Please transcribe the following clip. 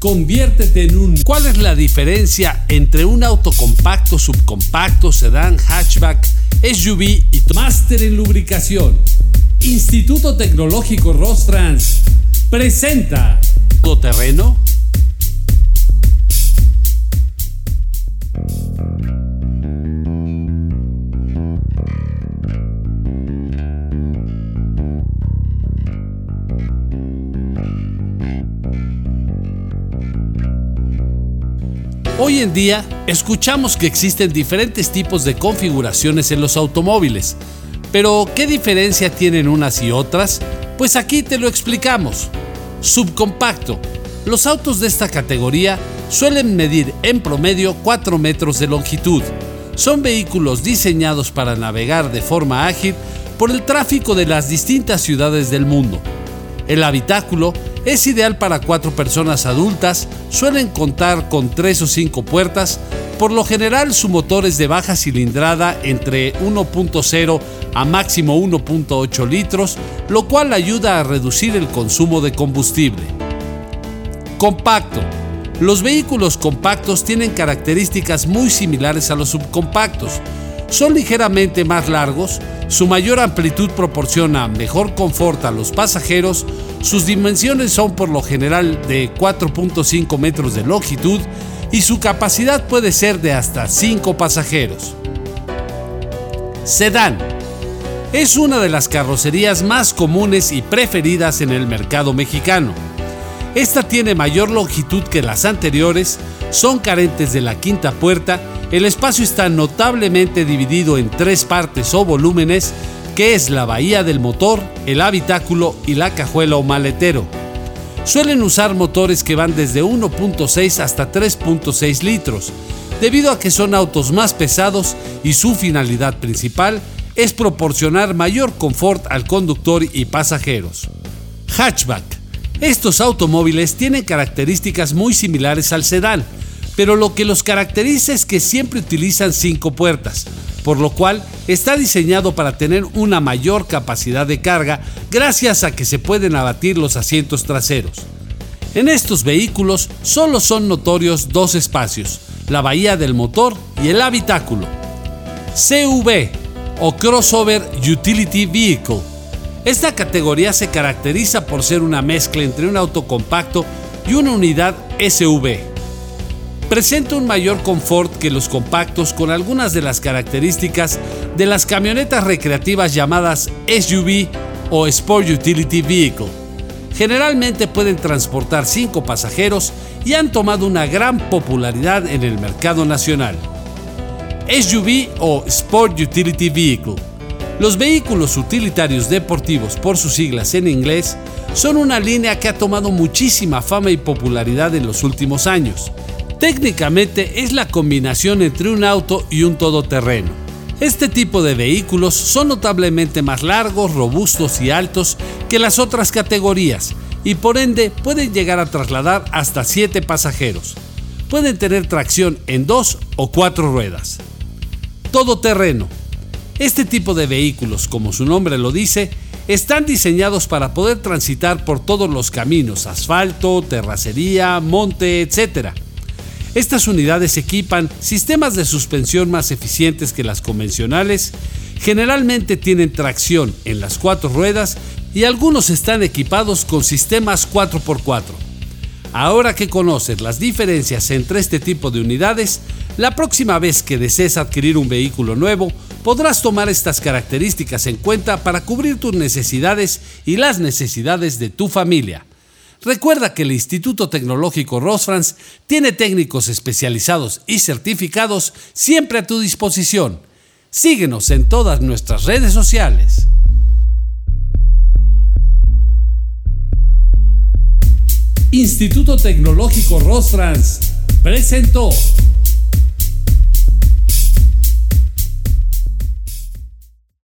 Conviértete en un... ¿Cuál es la diferencia entre un auto compacto, subcompacto, sedán, hatchback, SUV y Máster en lubricación? Instituto Tecnológico Rostrans presenta todoterreno? Hoy en día escuchamos que existen diferentes tipos de configuraciones en los automóviles, pero ¿qué diferencia tienen unas y otras? Pues aquí te lo explicamos. Subcompacto. Los autos de esta categoría suelen medir en promedio 4 metros de longitud. Son vehículos diseñados para navegar de forma ágil por el tráfico de las distintas ciudades del mundo. El habitáculo es ideal para 4 personas adultas, suelen contar con 3 o 5 puertas, por lo general su motor es de baja cilindrada entre 1.0 a máximo 1.8 litros, lo cual ayuda a reducir el consumo de combustible. Compacto. Los vehículos compactos tienen características muy similares a los subcompactos. Son ligeramente más largos, su mayor amplitud proporciona mejor confort a los pasajeros, sus dimensiones son por lo general de 4.5 metros de longitud y su capacidad puede ser de hasta 5 pasajeros. Sedán. Es una de las carrocerías más comunes y preferidas en el mercado mexicano. Esta tiene mayor longitud que las anteriores, son carentes de la quinta puerta, el espacio está notablemente dividido en 3 partes o volúmenes, que es la bahía del motor, el habitáculo y la cajuela o maletero. Suelen usar motores que van desde 1.6 hasta 3.6 litros, debido a que son autos más pesados y su finalidad principal es proporcionar mayor confort al conductor y pasajeros. Hatchback. Estos automóviles tienen características muy similares al sedán, pero lo que los caracteriza es que siempre utilizan 5 puertas, por lo cual está diseñado para tener una mayor capacidad de carga gracias a que se pueden abatir los asientos traseros. En estos vehículos solo son notorios 2 espacios, la bahía del motor y el habitáculo. CUV o Crossover Utility Vehicle. Esta categoría se caracteriza por ser una mezcla entre un auto compacto y una unidad SUV. Presenta un mayor confort que los compactos con algunas de las características de las camionetas recreativas llamadas SUV o Sport Utility Vehicle. Generalmente pueden transportar 5 pasajeros y han tomado una gran popularidad en el mercado nacional. SUV o Sport Utility Vehicle. Los vehículos utilitarios deportivos, por sus siglas en inglés, son una línea que ha tomado muchísima fama y popularidad en los últimos años. Técnicamente es la combinación entre un auto y un todoterreno. Este tipo de vehículos son notablemente más largos, robustos y altos que las otras categorías y por ende pueden llegar a trasladar hasta 7 pasajeros. Pueden tener tracción en 2 o 4 ruedas. Todoterreno. Este tipo de vehículos, como su nombre lo dice, están diseñados para poder transitar por todos los caminos, asfalto, terracería, monte, etc. Estas unidades equipan sistemas de suspensión más eficientes que las convencionales, generalmente tienen tracción en las 4 ruedas y algunos están equipados con sistemas 4x4. Ahora que conoces las diferencias entre este tipo de unidades, la próxima vez que desees adquirir un vehículo nuevo, podrás tomar estas características en cuenta para cubrir tus necesidades y las necesidades de tu familia. Recuerda que el Instituto Tecnológico Rosfrans tiene técnicos especializados y certificados siempre a tu disposición. Síguenos en todas nuestras redes sociales. Instituto Tecnológico Rosfrans presentó